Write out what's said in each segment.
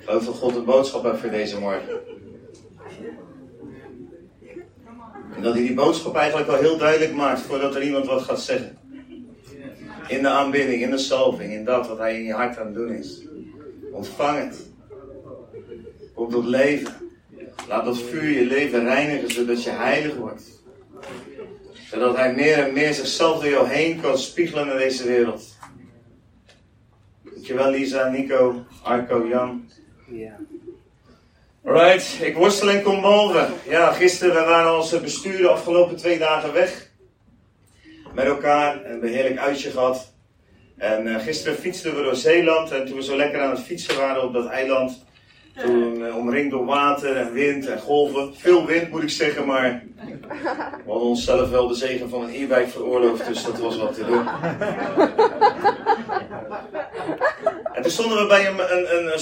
geloof dat God een boodschap heeft voor deze morgen. En dat hij die boodschap eigenlijk al heel duidelijk maakt voordat er iemand wat gaat zeggen. In de aanbidding, in de salving, in dat wat hij in je hart aan het doen is. Ontvang het. Kom tot leven. Laat dat vuur je leven reinigen zodat je heilig wordt. Zodat hij meer en meer zichzelf door jou heen kan spiegelen in deze wereld. Dankjewel Lisa, Nico, Arco, Jan. Ja. Alright, ik worstel en kom boven. Ja, gisteren we waren als bestuur de afgelopen 2 dagen weg. Met elkaar, en een heerlijk uitje gehad. En gisteren fietsten we door Zeeland en toen we zo lekker aan het fietsen waren op dat eiland. Toen omringd door water en wind en golven. Veel wind moet ik zeggen, maar we hadden onszelf wel de zegen van een e-bike veroorloofd, dus dat was wat te doen. En toen stonden we bij een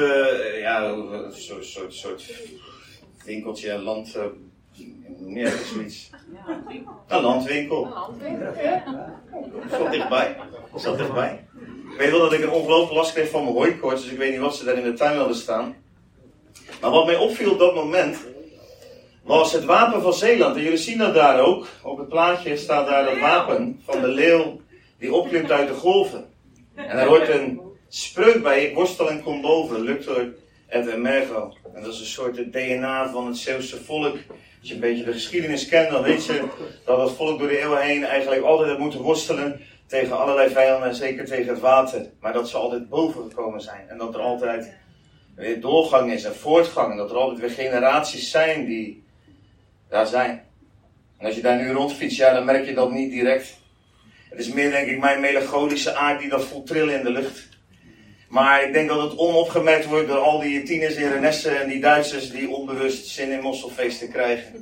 soort winkeltje, land, meer zoiets. Een landwinkel. Zat dichtbij. Ik weet wel dat ik een ongelooflijke last kreeg van mijn hooikoorts, dus ik weet niet wat ze daar in de tuin hadden staan. Maar wat mij opviel op dat moment, was het wapen van Zeeland. En jullie zien dat daar ook. Op het plaatje staat daar dat wapen van de leeuw die opklimt uit de golven. En daar hoort een spreuk bij, ik worstel en kom boven, Luctor et emergo. En dat is een soort het DNA van het Zeeuwse volk. Als je een beetje de geschiedenis kent, dan weet je dat het volk door de eeuwen heen eigenlijk altijd heeft moeten worstelen tegen allerlei vijanden, en zeker tegen het water. Maar dat ze altijd boven gekomen zijn. En dat er altijd weer doorgang is en voortgang. En dat er altijd weer generaties zijn die daar zijn. En als je daar nu rondfietst, ja, dan merk je dat niet direct. Het is meer, denk ik, mijn melancholische aard die dat voelt trillen in de lucht. Maar ik denk dat het onopgemerkt wordt door al die tieners in Renesse en die Duitsers die onbewust zin in mosselfeesten krijgen.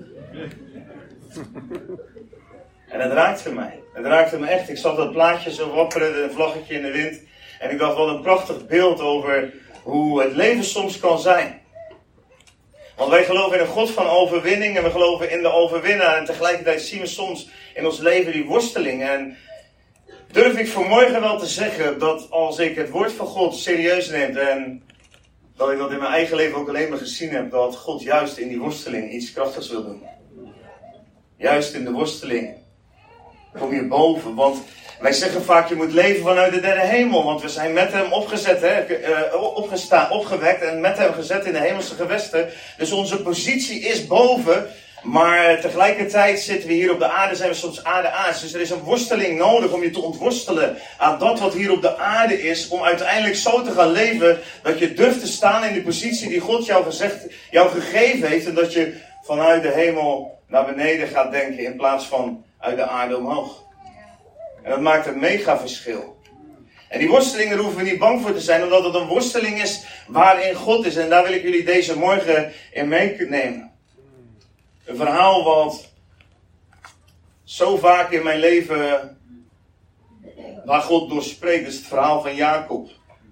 En het raakte mij. Het raakte me echt. Ik zag dat plaatje zo wapperen, een vlaggetje in de wind. En ik dacht, wat een prachtig beeld over hoe het leven soms kan zijn. Want wij geloven in een God van overwinning en we geloven in de overwinnaar. En tegelijkertijd zien we soms in ons leven die worsteling. En durf ik vanmorgen wel te zeggen dat als ik het woord van God serieus neem en dat ik dat in mijn eigen leven ook alleen maar gezien heb, dat God juist in die worsteling iets krachtigs wil doen. Juist in de worsteling kom je boven, want wij zeggen vaak je moet leven vanuit de derde hemel, want we zijn met hem opgewekt en met hem gezet in de hemelse gewesten. Dus onze positie is boven, maar tegelijkertijd zitten we hier op de aarde, zijn we soms aardeaards. Dus er is een worsteling nodig om je te ontworstelen aan dat wat hier op de aarde is, om uiteindelijk zo te gaan leven dat je durft te staan in de positie die God jou gegeven heeft en dat je vanuit de hemel naar beneden gaat denken in plaats van uit de aarde omhoog. En dat maakt een mega verschil. En die worstelingen hoeven we niet bang voor te zijn, omdat het een worsteling is waarin God is. En daar wil ik jullie deze morgen in meenemen. Een verhaal wat zo vaak in mijn leven waar God door spreekt, is het verhaal van Jacob.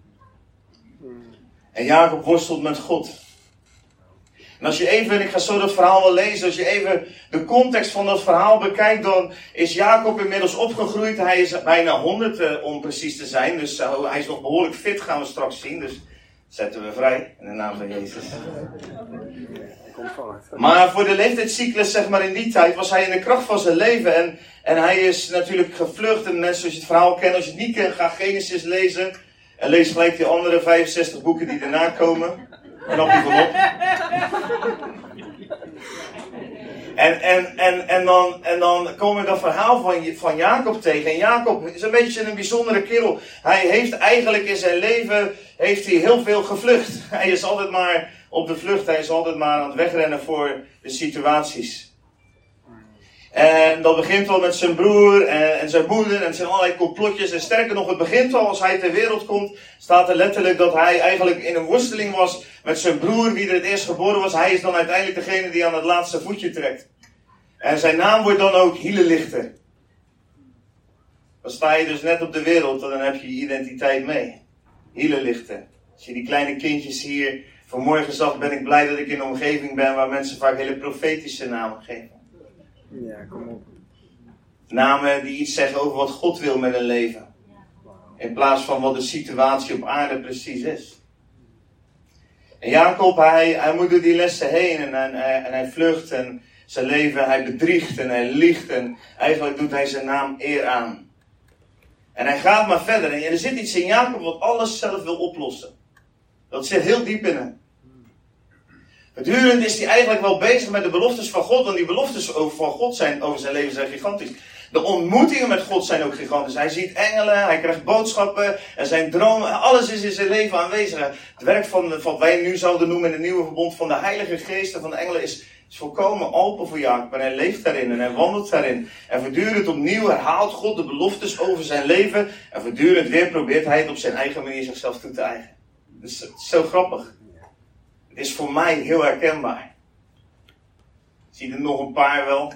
En Jacob worstelt met God. En als je even, ik ga zo dat verhaal wel lezen, als je even de context van dat verhaal bekijkt, dan is Jacob inmiddels opgegroeid. Hij is bijna 100 om precies te zijn, dus hij is nog behoorlijk fit, gaan we straks zien. Dus zetten we vrij in de naam van Jezus. Maar voor de leeftijdscyclus, zeg maar in die tijd, was hij in de kracht van zijn leven. En hij is natuurlijk gevlucht. En mensen, als je het verhaal kent, als je het niet kent, ga Genesis lezen. En lees gelijk die andere 65 boeken die daarna komen. Knap je van op. En dan komen we dat verhaal van Jacob tegen. En Jacob is een beetje een bijzondere kerel. Hij heeft eigenlijk in zijn leven heel veel gevlucht. Hij is altijd maar op de vlucht. Hij is altijd maar aan het wegrennen voor de situaties. En dat begint al met zijn broer en zijn moeder en zijn allerlei complotjes. En sterker nog, het begint al als hij ter wereld komt. Staat er letterlijk dat hij eigenlijk in een worsteling was met zijn broer, wie er het eerst geboren was. Hij is dan uiteindelijk degene die aan het laatste voetje trekt. En zijn naam wordt dan ook Hielelichter. Dan sta je dus net op de wereld en dan heb je je identiteit mee. Hielelichter. Als je die kleine kindjes hier vanmorgen zag, ben ik blij dat ik in een omgeving ben waar mensen vaak hele profetische namen geven. Ja, kom op. Namen die iets zeggen over wat God wil met een leven. In plaats van wat de situatie op aarde precies is. En Jacob, hij moet door die lessen heen en hij vlucht en zijn leven, hij bedriegt en hij liegt en eigenlijk doet hij zijn naam eer aan. En hij gaat maar verder en er zit iets in Jacob wat alles zelf wil oplossen. Dat zit heel diep in hem. Voortdurend is hij eigenlijk wel bezig met de beloftes van God, want die beloftes van God over zijn leven zijn gigantisch. De ontmoetingen met God zijn ook gigantisch. Hij ziet engelen, hij krijgt boodschappen en zijn dromen. Alles is in zijn leven aanwezig. Het werk van wat wij nu zouden noemen in het nieuwe verbond van de heilige geesten van de engelen is volkomen open voor Jacob. En hij leeft daarin en hij wandelt daarin. En voortdurend opnieuw herhaalt God de beloftes over zijn leven. En voortdurend weer probeert hij het op zijn eigen manier zichzelf toe te eigenen. Dus het is zo grappig. Het is voor mij heel herkenbaar. Zie er nog een paar wel.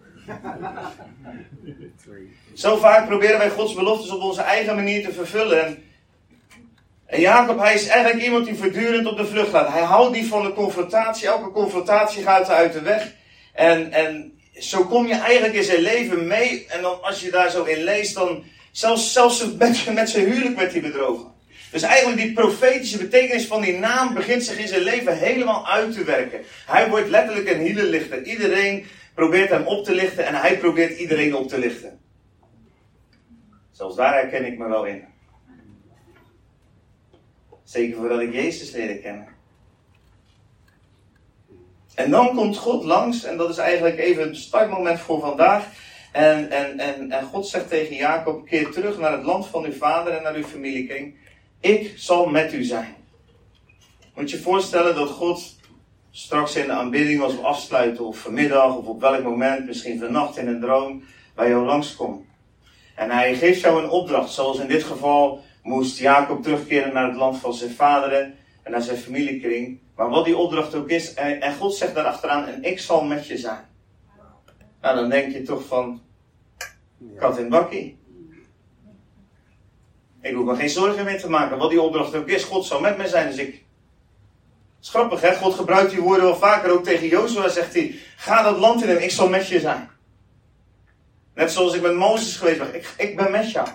Zo vaak proberen wij Gods beloftes op onze eigen manier te vervullen. En Jacob, hij is eigenlijk iemand die voortdurend op de vlucht gaat. Hij houdt niet van de confrontatie. Elke confrontatie gaat uit de weg. En zo kom je eigenlijk in zijn leven mee. En dan, als je daar zo in leest, dan zelfs met zijn huwelijk werd hij bedrogen. Dus eigenlijk die profetische betekenis van die naam begint zich in zijn leven helemaal uit te werken. Hij wordt letterlijk een hielenlichter. Iedereen probeert hem op te lichten en hij probeert iedereen op te lichten. Zelfs daar herken ik me wel in. Zeker voordat ik Jezus leerde kennen. En dan komt God langs en dat is eigenlijk even het startmoment voor vandaag. En God zegt tegen Jacob, keer terug naar het land van uw vader en naar uw familiekring. Ik zal met u zijn. Moet je voorstellen dat God straks in de aanbidding als we afsluiten of vanmiddag of op welk moment, misschien vannacht in een droom, bij jou langskomt. En hij geeft jou een opdracht, zoals in dit geval moest Jacob terugkeren naar het land van zijn vaderen en naar zijn familiekring. Maar wat die opdracht ook is, en God zegt daarachteraan, en ik zal met je zijn. Nou, dan denk je toch van, kat in bakkie. Ik hoef me geen zorgen meer te maken. Wat die opdracht ook is, God zal met me zijn. Dus het is grappig, hè? God gebruikt die woorden wel vaker. Ook tegen Jozua zegt hij, ga dat land in en ik zal met je zijn. Net zoals ik met Mozes geweest ben. Ik ben met jou.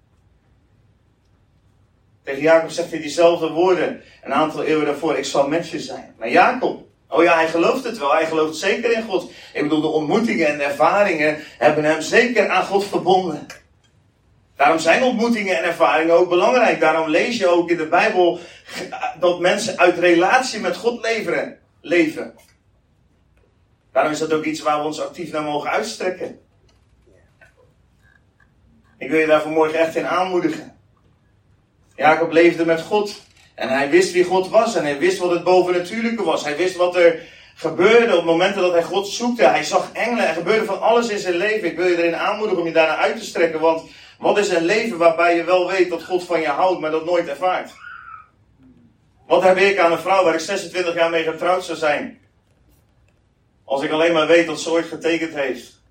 Tegen Jacob zegt hij diezelfde woorden. Een aantal eeuwen daarvoor, ik zal met je zijn. Maar Jacob, oh ja, hij gelooft het wel. Hij gelooft zeker in God. Ik bedoel, de ontmoetingen en de ervaringen hebben hem zeker aan God verbonden. Daarom zijn ontmoetingen en ervaringen ook belangrijk. Daarom lees je ook in de Bijbel dat mensen uit relatie met God leven. Daarom is dat ook iets waar we ons actief naar mogen uitstrekken. Ik wil je daar vanmorgen echt in aanmoedigen. Jacob leefde met God. En hij wist wie God was. En hij wist wat het bovennatuurlijke was. Hij wist wat er gebeurde op momenten dat hij God zoekte. Hij zag engelen. Er gebeurde van alles in zijn leven. Ik wil je erin aanmoedigen om je daarnaar uit te strekken. Want wat is een leven waarbij je wel weet dat God van je houdt, maar dat nooit ervaart? Wat heb ik aan een vrouw waar ik 26 jaar mee getrouwd zou zijn? Als ik alleen maar weet dat ze ooit getekend heeft.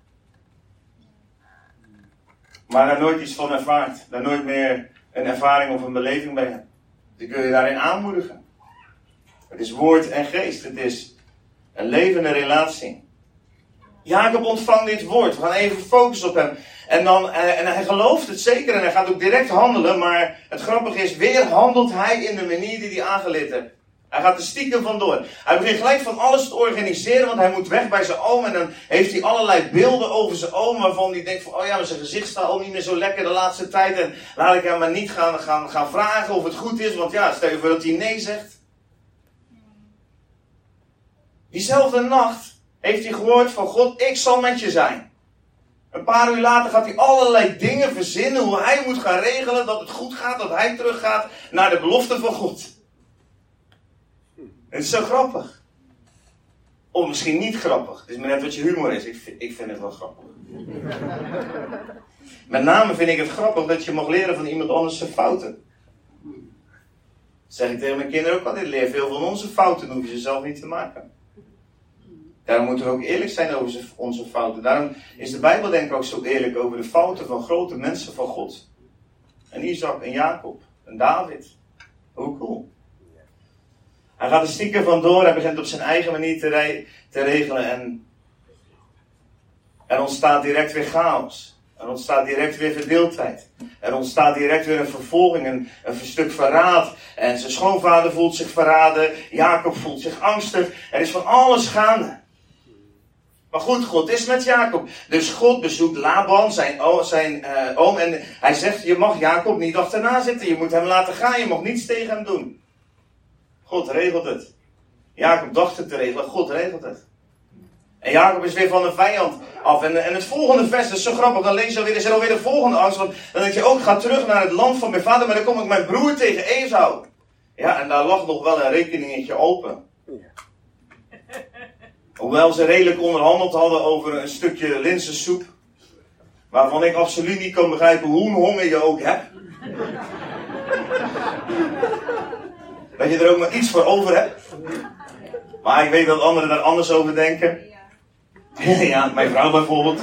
Maar daar nooit iets van ervaart. Daar nooit meer een ervaring of een beleving bij hebt. Dus ik wil je daarin aanmoedigen. Het is woord en geest. Het is een levende relatie. Jacob ontvangt dit woord. We gaan even focussen op hem. En hij gelooft het zeker en hij gaat ook direct handelen. Maar het grappige is, weer handelt hij in de manier die hij aangeleerd heeft. Hij gaat er stiekem vandoor. Hij begint gelijk van alles te organiseren, want hij moet weg bij zijn oom. En dan heeft hij allerlei beelden over zijn oom, waarvan hij denkt van, oh ja, maar zijn gezicht staat al niet meer zo lekker de laatste tijd. En laat ik hem maar niet gaan vragen of het goed is, want ja, stel je voor dat hij nee zegt. Diezelfde nacht heeft hij gehoord van God, ik zal met je zijn. Een paar uur later gaat hij allerlei dingen verzinnen, hoe hij moet gaan regelen dat het goed gaat, dat hij teruggaat naar de belofte van God. Het is zo grappig. Of misschien niet grappig. Het is maar net wat je humor is. Ik vind het wel grappig. Met name vind ik het grappig dat je mag leren van iemand anders zijn fouten. Dat zeg ik tegen mijn kinderen ook altijd. Leer veel van onze fouten, dan hoef je ze zelf niet te maken. Daarom moeten we ook eerlijk zijn over onze fouten. Daarom is de Bijbel denk ik ook zo eerlijk over de fouten van grote mensen van God. En Isaac en Jacob en David. Hoe cool. Hij gaat er stiekem vandoor, hij begint op zijn eigen manier te regelen en er ontstaat direct weer chaos. Er ontstaat direct weer verdeeldheid. Er ontstaat direct weer een vervolging, een stuk verraad. En zijn schoonvader voelt zich verraden. Jacob voelt zich angstig. Er is van alles gaande. Maar goed, God is met Jacob. Dus God bezoekt Laban, zijn oom. En hij zegt, je mag Jacob niet achterna zitten. Je moet hem laten gaan. Je mag niets tegen hem doen. God regelt het. Jacob dacht het te regelen. God regelt het. En Jacob is weer van een vijand af. En het volgende vers, dat is zo grappig. Dan lees je alweer, is er alweer de volgende angst. Want dan denk je ook, ga terug naar het land van mijn vader. Maar dan kom ik mijn broer tegen Esau. Ja, en daar lag nog wel een rekeningetje open. Hoewel ze redelijk onderhandeld hadden over een stukje linzensoep. Waarvan ik absoluut niet kan begrijpen hoe honger je ook hebt. Dat je er ook maar iets voor over hebt. Maar ik weet dat anderen daar anders over denken. Ja, mijn vrouw bijvoorbeeld.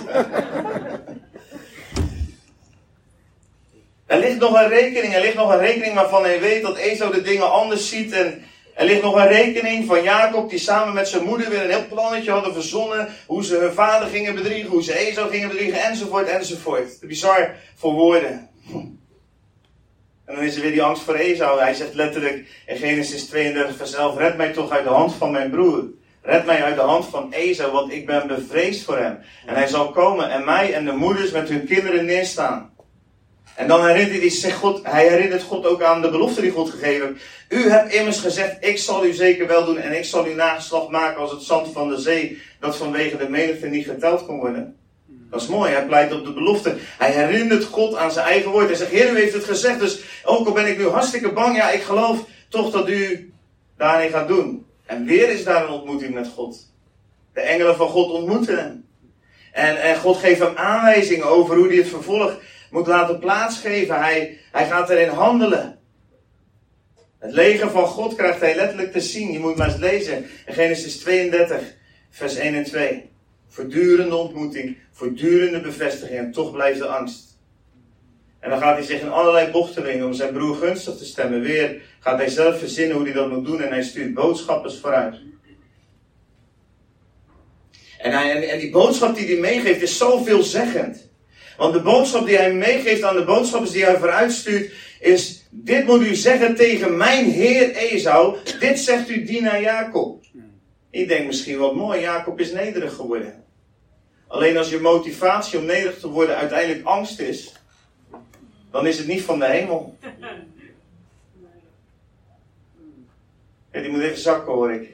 Er ligt nog een rekening waarvan hij weet dat Esau de dingen anders ziet. En er ligt nog een rekening van Jacob die samen met zijn moeder weer een heel plannetje hadden verzonnen. Hoe ze hun vader gingen bedriegen, hoe ze Esau gingen bedriegen, enzovoort, enzovoort. Bizar voor woorden. En dan is er weer die angst voor Esau. Hij zegt letterlijk in Genesis 32 vers 11, red mij toch uit de hand van mijn broer. Red mij uit de hand van Esau, want ik ben bevreesd voor hem. En hij zal komen en mij en de moeders met hun kinderen neerstaan. En dan herinnert God ook aan de belofte die God gegeven heeft. U hebt immers gezegd, ik zal u zeker wel doen en ik zal uw nageslacht maken als het zand van de zee, dat vanwege de menigte niet geteld kon worden. Dat is mooi, hij pleit op de belofte. Hij herinnert God aan zijn eigen woord. Hij zegt, Heer, u heeft het gezegd, dus ook al ben ik nu hartstikke bang, ja, ik geloof toch dat u daarin gaat doen. En weer is daar een ontmoeting met God. De engelen van God ontmoeten hem. En God geeft hem aanwijzingen over hoe hij het vervolg moet laten plaatsgeven. Hij gaat erin handelen. Het leger van God krijgt hij letterlijk te zien. Je moet maar eens lezen in Genesis 32, vers 1 en 2. Voortdurende ontmoeting, voortdurende bevestiging en toch blijft de angst. En dan gaat hij zich in allerlei bochten wringen om zijn broer gunstig te stemmen. Weer gaat hij zelf verzinnen hoe hij dat moet doen en hij stuurt boodschappers vooruit. En die boodschap die hij meegeeft is zo veelzeggend. Want de boodschap die hij meegeeft aan de boodschappers die hij vooruit stuurt is: dit moet u zeggen tegen mijn heer Esau, dit zegt uw dienaar Jacob. Ik denk misschien wat mooi, Jacob is nederig geworden. Alleen als je motivatie om nederig te worden uiteindelijk angst is, dan is het niet van de hemel. Ja, die moet even zakken, hoor ik.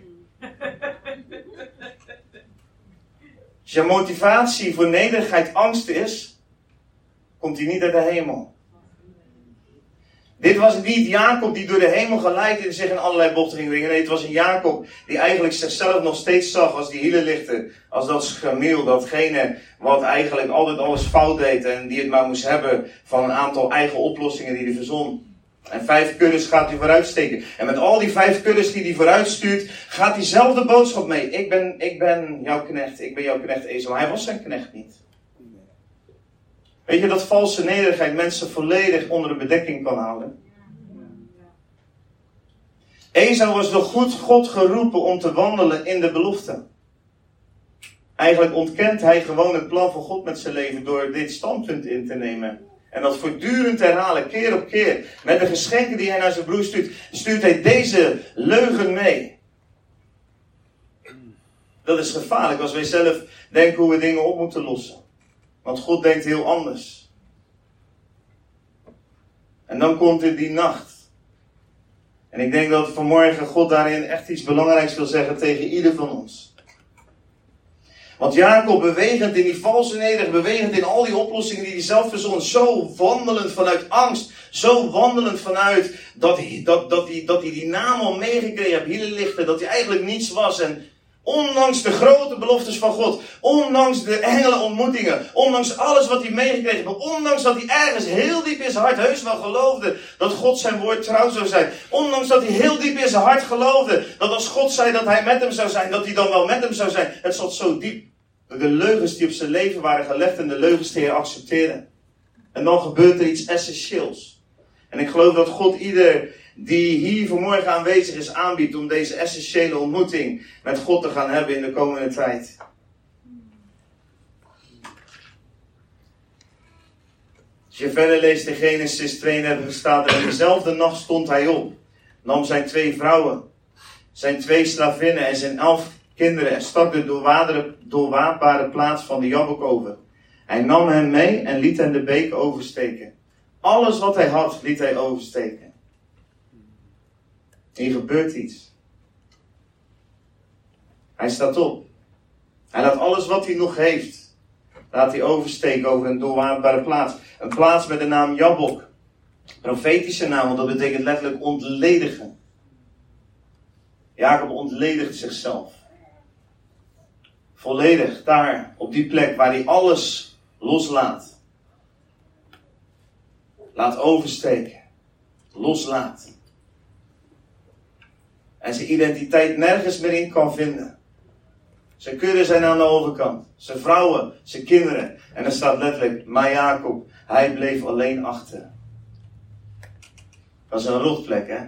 Als je motivatie voor nederigheid angst is, komt die niet uit de hemel. Dit was niet Jacob die door de hemel geleid en zich in allerlei bochten ging wringen. Nee, het was een Jacob die eigenlijk zichzelf nog steeds zag als die hielenlichter. Als dat schameel, datgene wat eigenlijk altijd alles fout deed en die het maar moest hebben van een aantal eigen oplossingen die hij verzon. En 5 kuddes gaat hij vooruitsteken. En met al die 5 kuddes die hij vooruitstuurt, gaat diezelfde boodschap mee. Ik ben jouw knecht, ik ben jouw knecht Esau. Hij was zijn knecht niet. Weet je dat valse nederigheid mensen volledig onder de bedekking kan houden? Esau was door God geroepen om te wandelen in de belofte. Eigenlijk ontkent hij gewoon het plan van God met zijn leven door dit standpunt in te nemen. En dat voortdurend herhalen, keer op keer. Met de geschenken die hij naar zijn broer stuurt hij deze leugen mee. Dat is gevaarlijk als wij zelf denken hoe we dingen op moeten lossen. Want God denkt heel anders. En dan komt er die nacht. En ik denk dat vanmorgen God daarin echt iets belangrijks wil zeggen tegen ieder van ons. Want Jacob, bewegend in die valse nederig, bewegend in al die oplossingen die hij zelf verzon, zo wandelend vanuit angst, zo wandelend vanuit dat hij die naam al meegekregen heeft, hielenlichter, dat hij eigenlijk niets was. En ondanks de grote beloftes van God, ondanks de engelenontmoetingen, ondanks alles wat hij meegekregen heeft, ondanks dat hij ergens heel diep in zijn hart heus wel geloofde dat God zijn woord trouw zou zijn, ondanks dat hij heel diep in zijn hart geloofde dat als God zei dat hij met hem zou zijn, dat hij dan wel met hem zou zijn. Het zat zo diep. De leugens die op zijn leven waren gelegd en de leugens die hij accepteerde. En dan gebeurt er iets essentieels. En ik geloof dat God ieder die hier vanmorgen aanwezig is aanbiedt om deze essentiële ontmoeting met God te gaan hebben in de komende tijd. Als je verder leest in Genesis 32 staat er: en dezelfde nacht stond hij op, nam zijn 2 vrouwen, zijn 2 slavinnen en zijn 11 kinderen en stak de doorwaadbare plaats van de Jabbok over. Hij nam hen mee en liet hen de beek oversteken. Alles wat hij had, liet hij oversteken. Hier gebeurt iets. Hij staat op. Hij laat alles wat hij nog heeft, laat hij oversteken over een doorwaadbare plaats. Een plaats met de naam Jabbok. Profetische naam, want dat betekent letterlijk ontledigen. Jacob ontledigt zichzelf. Volledig daar, op die plek waar hij alles loslaat. Laat oversteken. Loslaat. En zijn identiteit nergens meer in kan vinden. Zijn kudden zijn aan de overkant. Zijn vrouwen, zijn kinderen. En er staat letterlijk, maar Jacob, hij bleef alleen achter. Dat is een rotplek, hè?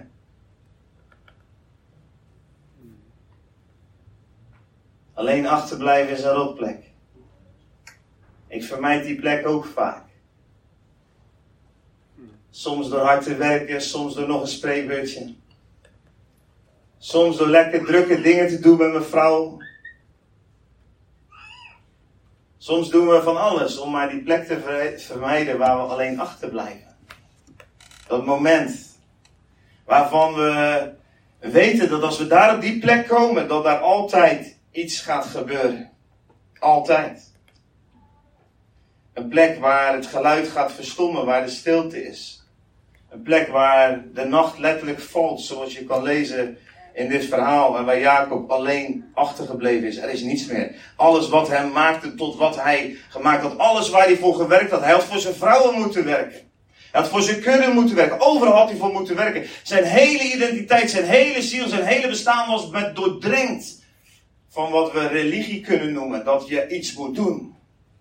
Alleen achterblijven is een rotplek. Ik vermijd die plek ook vaak. Soms door hard te werken, soms door nog een spreekbeurtje. Soms door lekker drukke dingen te doen met mijn vrouw. Soms doen we van alles om maar die plek te vermijden waar we alleen achterblijven. Dat moment waarvan we weten dat als we daar op die plek komen, dat daar altijd iets gaat gebeuren. Altijd. Een plek waar het geluid gaat verstommen, waar de stilte is. Een plek waar de nacht letterlijk valt, zoals je kan lezen in dit verhaal. En waar Jacob alleen achtergebleven is. Er is niets meer. Alles wat hem maakte tot wat hij gemaakt had. Alles waar hij voor gewerkt had. Hij had voor zijn vrouwen moeten werken. Hij had voor zijn kudde moeten werken. Overal had hij voor moeten werken. Zijn hele identiteit, zijn hele ziel, zijn hele bestaan was met doordrenkt van wat we religie kunnen noemen. Dat je iets moet doen.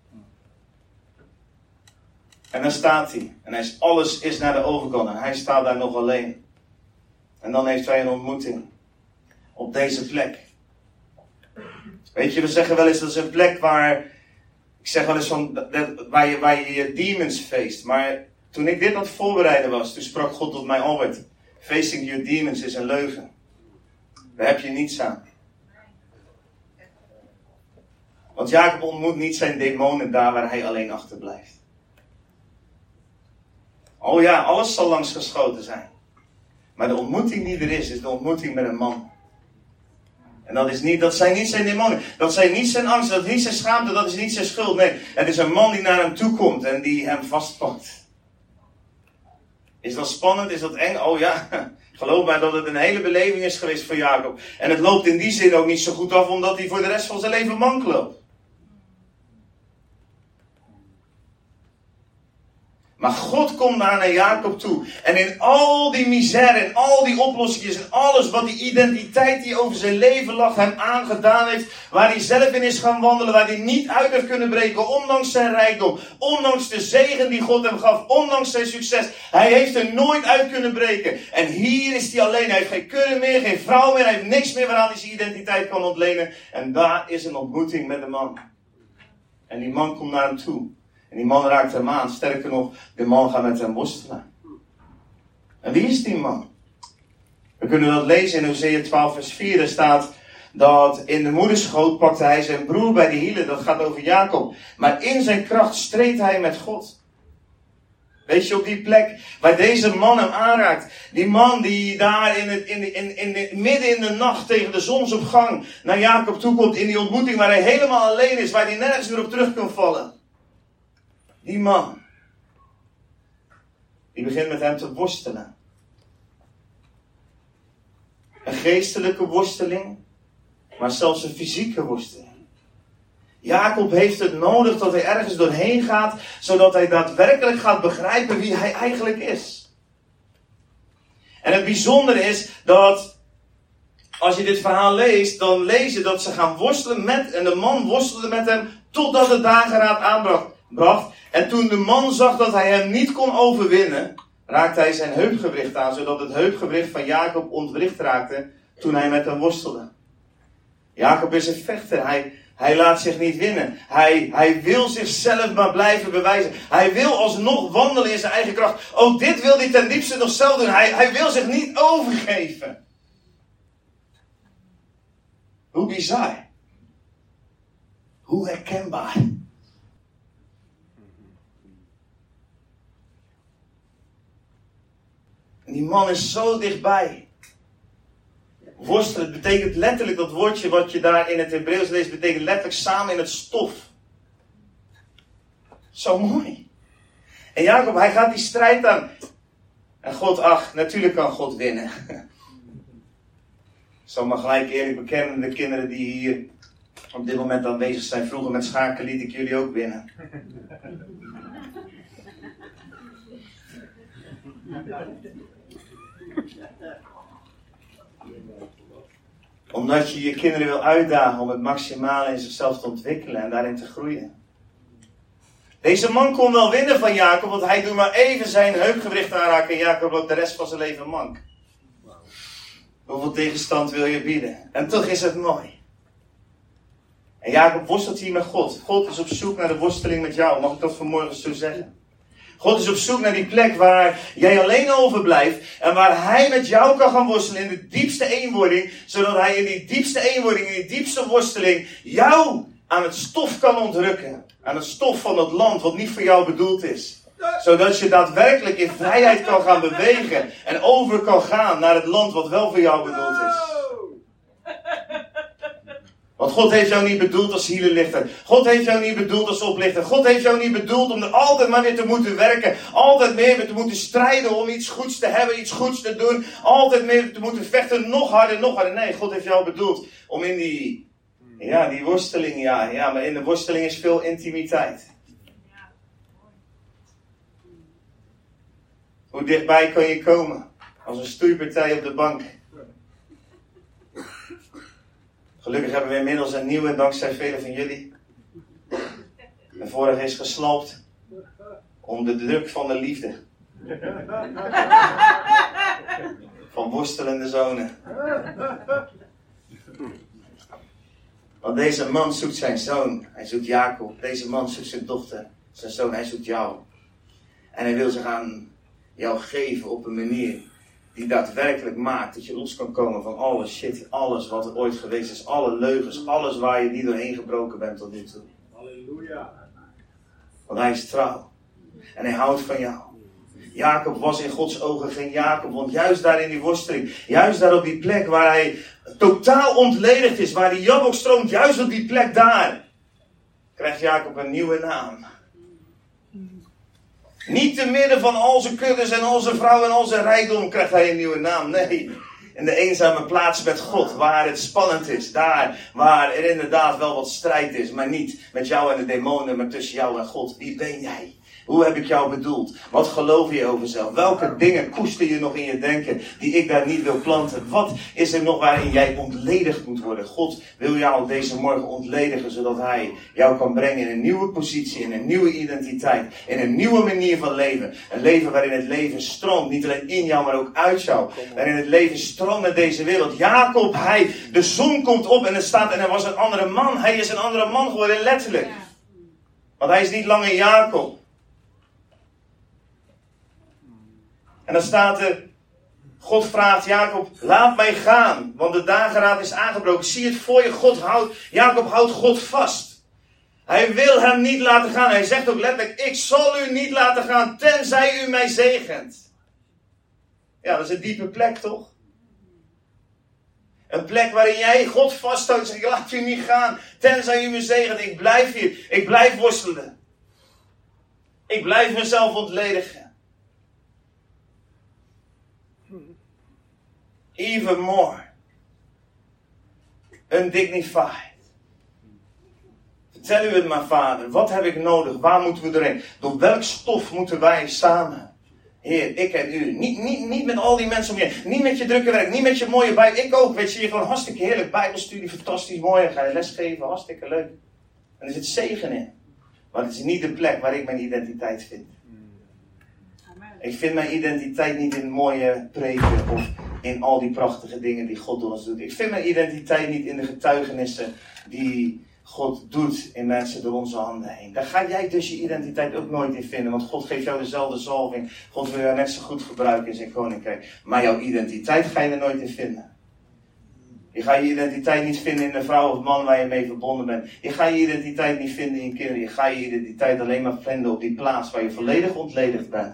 En dan staat hij. En alles is naar de overkant. En hij staat daar nog alleen. En dan heeft hij een ontmoeting. Op deze plek. Weet je, we zeggen wel eens dat is een plek waar... Ik zeg wel eens van... Waar je demons feest. Maar toen ik dit aan het voorbereiden was. Toen sprak God tot mij: Albert. Facing your demons is een leugen. Daar heb je niets aan. Want Jacob ontmoet niet zijn demonen daar waar hij alleen achterblijft. Oh ja, alles zal langs geschoten zijn. Maar de ontmoeting die er is de ontmoeting met een man. En dat zijn niet zijn demonen. Dat zijn niet zijn angst, dat is niet zijn schaamte, dat is niet zijn schuld. Nee, het is een man die naar hem toe komt en die hem vastpakt. Is dat spannend? Is dat eng? Oh ja, geloof mij dat het een hele beleving is geweest voor Jacob. En het loopt in die zin ook niet zo goed af, omdat hij voor de rest van zijn leven mank loopt. Maar God komt daar naar Jacob toe. En in al die misère, en al die oplossingen, en alles wat die identiteit die over zijn leven lag hem aangedaan heeft. Waar hij zelf in is gaan wandelen, waar hij niet uit heeft kunnen breken. Ondanks zijn rijkdom, ondanks de zegen die God hem gaf, ondanks zijn succes. Hij heeft er nooit uit kunnen breken. En hier is hij alleen. Hij heeft geen kudde meer, geen vrouw meer. Hij heeft niks meer waaraan hij zijn identiteit kan ontlenen. En daar is een ontmoeting met de man. En die man komt naar hem toe. En die man raakt hem aan. Sterker nog, de man gaat met hem worstelen. En wie is die man? We kunnen dat lezen in Hosea 12 vers 4. Er staat dat in de moederschoot pakte hij zijn broer bij de hielen. Dat gaat over Jacob. Maar in zijn kracht streed hij met God. Weet je, op die plek waar deze man hem aanraakt. Die man die daar midden in de nacht tegen de zonsopgang naar Jacob toe komt. In die ontmoeting waar hij helemaal alleen is. Waar hij nergens meer op terug kan vallen. Die man, die begint met hem te worstelen. Een geestelijke worsteling, maar zelfs een fysieke worsteling. Jacob heeft het nodig dat hij ergens doorheen gaat, zodat hij daadwerkelijk gaat begrijpen wie hij eigenlijk is. En het bijzondere is dat, als je dit verhaal leest, dan lees je dat ze gaan worstelen en de man worstelde met hem, totdat de dageraad aanbracht. En toen de man zag dat hij hem niet kon overwinnen, raakte hij zijn heupgewricht aan, zodat het heupgewricht van Jacob ontwricht raakte toen hij met hem worstelde. Jacob is een vechter. Hij laat zich niet winnen. Hij wil zichzelf maar blijven bewijzen. Hij wil alsnog wandelen in zijn eigen kracht. Ook dit wil hij ten diepste nog zelf doen. Hij wil zich niet overgeven. Hoe bizar. Hoe herkenbaar. En die man is zo dichtbij. Worstelen betekent letterlijk, dat woordje wat je daar in het Hebreeuws leest, betekent letterlijk samen in het stof. Zo mooi. En Jacob, hij gaat die strijd aan. En God, natuurlijk kan God winnen. Ik zal maar gelijk eerlijk bekennen, de kinderen die hier op dit moment aanwezig zijn. Vroeger met schaken liet ik jullie ook winnen. Omdat je je kinderen wil uitdagen om het maximale in zichzelf te ontwikkelen en daarin te groeien. Deze man kon wel winnen van Jacob, want hij doet maar even zijn heupgewricht aanraken en Jacob loopt de rest van zijn leven mank. Hoeveel tegenstand wil je bieden? En toch is het mooi. En Jacob worstelt hier met God. God is op zoek naar de worsteling met jou. Mag ik dat vanmorgen zo zeggen? God is op zoek naar die plek waar jij alleen overblijft. En waar hij met jou kan gaan worstelen in de diepste eenwording. Zodat hij in die diepste eenwording, in die diepste worsteling, jou aan het stof kan ontrukken. Aan het stof van het land wat niet voor jou bedoeld is. Zodat je daadwerkelijk in vrijheid kan gaan bewegen. En over kan gaan naar het land wat wel voor jou bedoeld is. Want God heeft jou niet bedoeld als zielenlichter. God heeft jou niet bedoeld als oplichter. God heeft jou niet bedoeld om er altijd maar weer te moeten werken. Altijd meer weer te moeten strijden om iets goeds te hebben, iets goeds te doen. Altijd meer te moeten vechten, nog harder, nog harder. Nee, God heeft jou bedoeld om in die worsteling, maar in de worsteling is veel intimiteit. Hoe dichtbij kan je komen? Als een stoeipartij op de bank. Gelukkig hebben we inmiddels een nieuwe, dankzij velen van jullie. De vorige is gesloopt. Om de druk van de liefde. Van worstelende zonen. Want deze man zoekt zijn zoon. Hij zoekt Jacob. Deze man zoekt zijn dochter. Zijn zoon, hij zoekt jou. En hij wil zich aan jou geven op een manier die daadwerkelijk maakt dat je los kan komen van alle shit, alles wat er ooit geweest is, alle leugens, alles waar je niet doorheen gebroken bent tot nu toe. Halleluja. Want hij is trouw. En hij houdt van jou. Jacob was in Gods ogen geen Jacob, want juist daar in die worsteling, juist daar op die plek waar hij totaal ontledigd is, waar die Jabok stroomt, juist op die plek daar, krijgt Jacob een nieuwe naam. Niet te midden van al zijn kuddes en al zijn vrouw en al zijn rijkdom krijgt hij een nieuwe naam. Nee, in de eenzame plaats met God, waar het spannend is. Daar waar er inderdaad wel wat strijd is, maar niet met jou en de demonen, maar tussen jou en God. Wie ben jij? Hoe heb ik jou bedoeld? Wat geloof je over jezelf? Welke dingen koester je nog in je denken die ik daar niet wil planten? Wat is er nog waarin jij ontledigd moet worden? God wil jou deze morgen ontledigen, zodat hij jou kan brengen in een nieuwe positie, in een nieuwe identiteit, in een nieuwe manier van leven. Een leven waarin het leven stroomt, niet alleen in jou, maar ook uit jou. Waarin het leven stroomt met deze wereld. Jacob, de zon komt op en er staat, en hij was een andere man. Hij is een andere man geworden, letterlijk. Want hij is niet langer Jacob. En dan staat er, God vraagt Jacob, laat mij gaan, want de dageraad is aangebroken. Zie het voor je, Jacob houdt God vast. Hij wil hem niet laten gaan. Hij zegt ook letterlijk, ik zal u niet laten gaan, tenzij u mij zegent. Ja, dat is een diepe plek, toch? Een plek waarin jij God vasthoudt en zegt, ik laat u niet gaan, tenzij u me zegent. Ik blijf hier, ik blijf worstelen. Ik blijf mezelf ontledigen. Even more. Undignified. Vertel u het maar, Vader. Wat heb ik nodig? Waar moeten we doorheen? Door welk stof moeten wij samen? Heer, ik en u. Niet met al die mensen om je. Niet met je drukke werk. Niet met je mooie Bijbel. Ik ook. Weet je, hier gewoon hartstikke heerlijk. Bijbelstudie, fantastisch mooi. Dan ga je lesgeven. Hartstikke leuk. En er zit zegen in. Maar het is niet de plek waar ik mijn identiteit vind. Ik vind mijn identiteit niet in mooie preken of in al die prachtige dingen die God door ons doet. Ik vind mijn identiteit niet in de getuigenissen die God doet in mensen door onze handen heen. Daar ga jij dus je identiteit ook nooit in vinden. Want God geeft jou dezelfde zalving. God wil jou net zo goed gebruiken in zijn koninkrijk. Maar jouw identiteit ga je er nooit in vinden. Je gaat je identiteit niet vinden in de vrouw of man waar je mee verbonden bent. Je gaat je identiteit niet vinden in je kinderen. Je gaat je identiteit alleen maar vinden op die plaats waar je volledig ontledigd bent.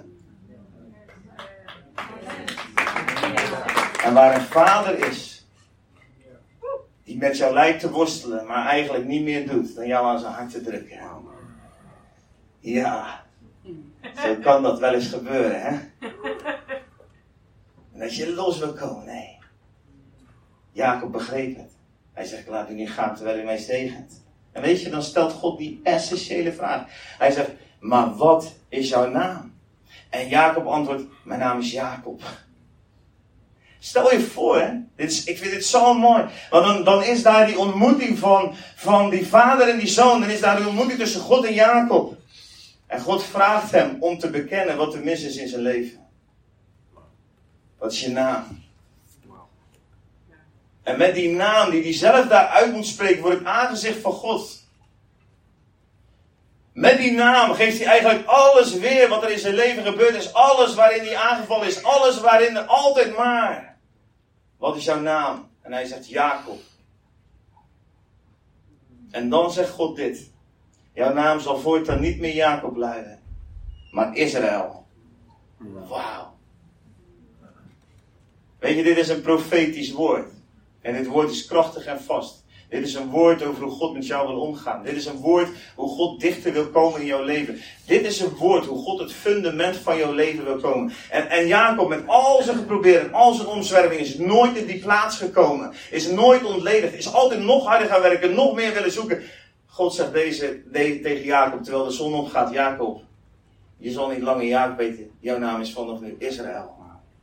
En waar een vader is, die met jou lijkt te worstelen, maar eigenlijk niet meer doet dan jou aan zijn hart te drukken. Ja, zo kan dat wel eens gebeuren, hè? En als je los wil komen, nee. Jacob begreep het. Hij zegt, laat u niet gaan terwijl u mij zegent. En weet je, dan stelt God die essentiële vraag. Hij zegt, maar wat is jouw naam? En Jacob antwoordt, mijn naam is Jacob. Stel je voor, hè? Ik vind dit zo mooi. Want dan is daar die ontmoeting van die vader en die zoon. Dan is daar die ontmoeting tussen God en Jacob. En God vraagt hem om te bekennen wat er mis is in zijn leven. Wat is je naam? En met die naam die hij zelf daar uit moet spreken, wordt het aangezicht van God. Met die naam geeft hij eigenlijk alles weer wat er in zijn leven gebeurd is. Alles waarin hij aangevallen is. Alles waarin er altijd maar. Wat is jouw naam? En hij zegt Jacob. En dan zegt God dit. Jouw naam zal voortaan niet meer Jacob luiden, maar Israël. Wauw. Weet je, dit is een profetisch woord. En dit woord is krachtig en vast. Dit is een woord over hoe God met jou wil omgaan. Dit is een woord hoe God dichter wil komen in jouw leven. Dit is een woord hoe God het fundament van jouw leven wil komen. En Jacob met al zijn geprobeerd, al zijn omzwerving is nooit in die plaats gekomen. Is nooit ontledigd. Is altijd nog harder gaan werken, nog meer willen zoeken. God zegt tegen Jacob terwijl de zon opgaat. Jacob, je zal niet langer Jacob weten. Jouw naam is vanaf nu Israël.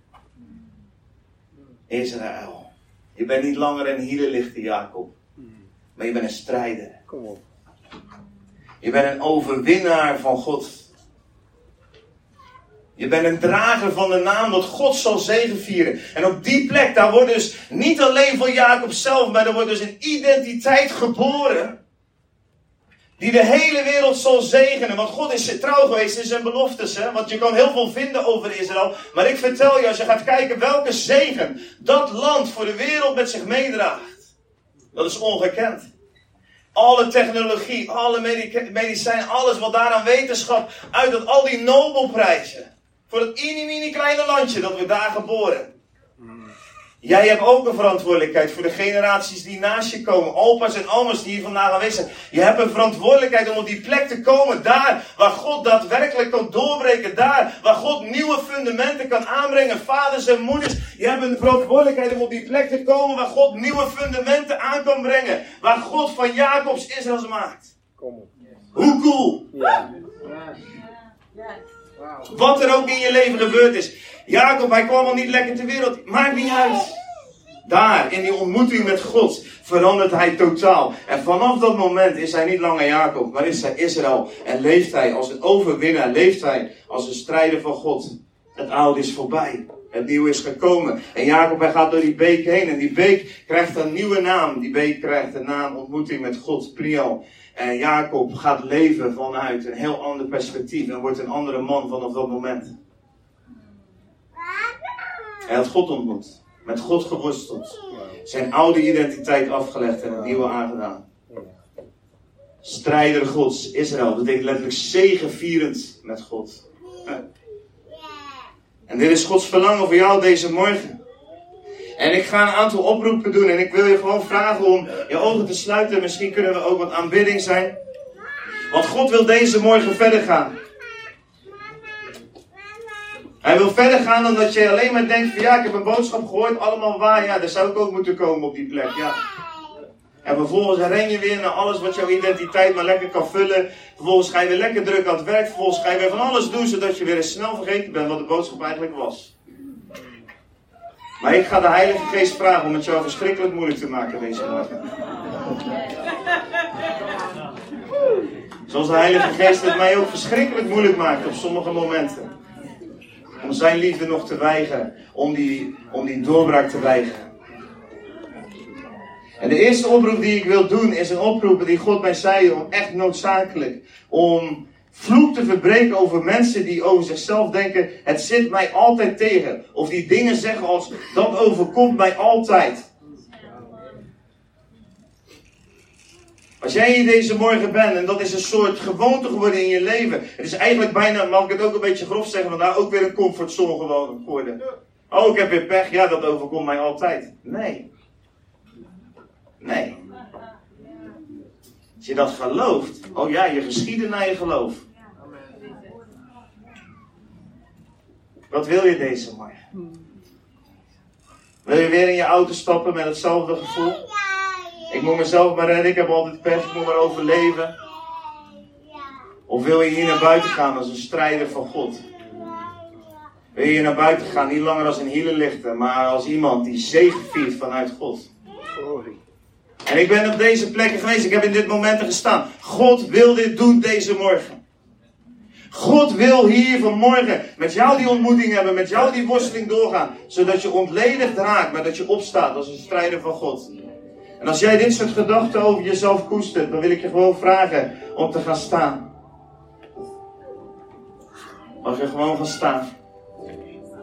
Israël. Je bent niet langer een hielenlichter, Jacob. Maar je bent een strijder. Kom op. Je bent een overwinnaar van God. Je bent een drager van de naam dat God zal zegevieren. En op die plek, daar wordt dus niet alleen van Jacob zelf, maar er wordt dus een identiteit geboren. Die de hele wereld zal zegenen. Want God is trouw geweest in zijn beloftes. Hè? Want je kan heel veel vinden over Israël. Maar ik vertel je, als je gaat kijken welke zegen dat land voor de wereld met zich meedraagt. Dat is ongekend. Alle technologie, alle medicijn, alles wat daar aan wetenschap uit dat al die Nobelprijzen. Voor dat mini kleine landje dat we daar geboren. Jij hebt ook een verantwoordelijkheid voor de generaties die naast je komen. Opa's en oma's die hier vandaag aanwezig zijn. Je hebt een verantwoordelijkheid om op die plek te komen. Daar waar God daadwerkelijk kan doorbreken. Daar waar God nieuwe fundamenten kan aanbrengen. Vaders en moeders. Je hebt een verantwoordelijkheid om op die plek te komen waar God nieuwe fundamenten aan kan brengen. Waar God van Jacobs Israëls maakt. Kom op. Hoe cool. Ja. Wat er ook in je leven gebeurd is. Jacob, hij kwam al niet lekker ter wereld. Maakt niet uit. Daar, in die ontmoeting met God, verandert hij totaal. En vanaf dat moment is hij niet langer Jacob, maar is hij Israël. En leeft hij als een overwinnaar. Leeft hij als een strijder van God. Het oude is voorbij. Het nieuwe is gekomen. En Jacob, hij gaat door die beek heen. En die beek krijgt een nieuwe naam. Die beek krijgt de naam ontmoeting met God, Priel. En Jacob gaat leven vanuit een heel ander perspectief. En wordt een andere man vanaf dat moment. Hij had God ontmoet. Met God geworsteld. Zijn oude identiteit afgelegd en een nieuwe aangedaan. Strijder Gods, Israël. Dat betekent letterlijk zegevierend met God. En dit is Gods verlangen voor jou deze morgen. En ik ga een aantal oproepen doen. En ik wil je gewoon vragen om je ogen te sluiten. Misschien kunnen we ook wat aanbidding zijn. Want God wil deze morgen verder gaan. Hij wil verder gaan dan dat je alleen maar denkt van ja, ik heb een boodschap gehoord, allemaal waar. Ja, daar zou ik ook moeten komen op die plek. Ja. En vervolgens ren je weer naar alles wat jouw identiteit maar lekker kan vullen. Vervolgens ga je weer lekker druk aan het werk. Vervolgens ga je weer van alles doen zodat je weer eens snel vergeten bent wat de boodschap eigenlijk was. Maar ik ga de Heilige Geest vragen om het jou verschrikkelijk moeilijk te maken deze morgen. Zoals de Heilige Geest het mij ook verschrikkelijk moeilijk maakt op sommige momenten. Om zijn liefde nog te weigeren. Om die doorbraak te weigeren. En de eerste oproep die ik wil doen is een oproep die God mij zei om echt noodzakelijk. Om vloek te verbreken over mensen die over zichzelf denken, het zit mij altijd tegen. Of die dingen zeggen als, dat overkomt mij altijd. Als jij hier deze morgen bent en dat is een soort gewoonte geworden in je leven. Het is eigenlijk bijna, mag ik het ook een beetje grof zeggen, want nou ook weer een comfortzone geworden. Oh, ik heb weer pech, ja dat overkomt mij altijd. Nee. Nee. Als je dat gelooft, oh ja, je geschieden naar je geloof. Wat wil je deze morgen? Wil je weer in je auto stappen met hetzelfde gevoel? Ik moet mezelf maar redden, ik heb altijd pech, ik moet maar overleven. Of wil je hier naar buiten gaan als een strijder van God? Wil je hier naar buiten gaan, niet langer als een hielenlichter, maar als iemand die zegeviert vanuit God? En ik ben op deze plekken geweest, ik heb in dit momenten gestaan. God wil dit doen deze morgen. God wil hier vanmorgen met jou die ontmoeting hebben, met jou die worsteling doorgaan. Zodat je ontledigd raakt, maar dat je opstaat als een strijder van God. En als jij dit soort gedachten over jezelf koestert, dan wil ik je gewoon vragen om te gaan staan. Mag je gewoon gaan staan.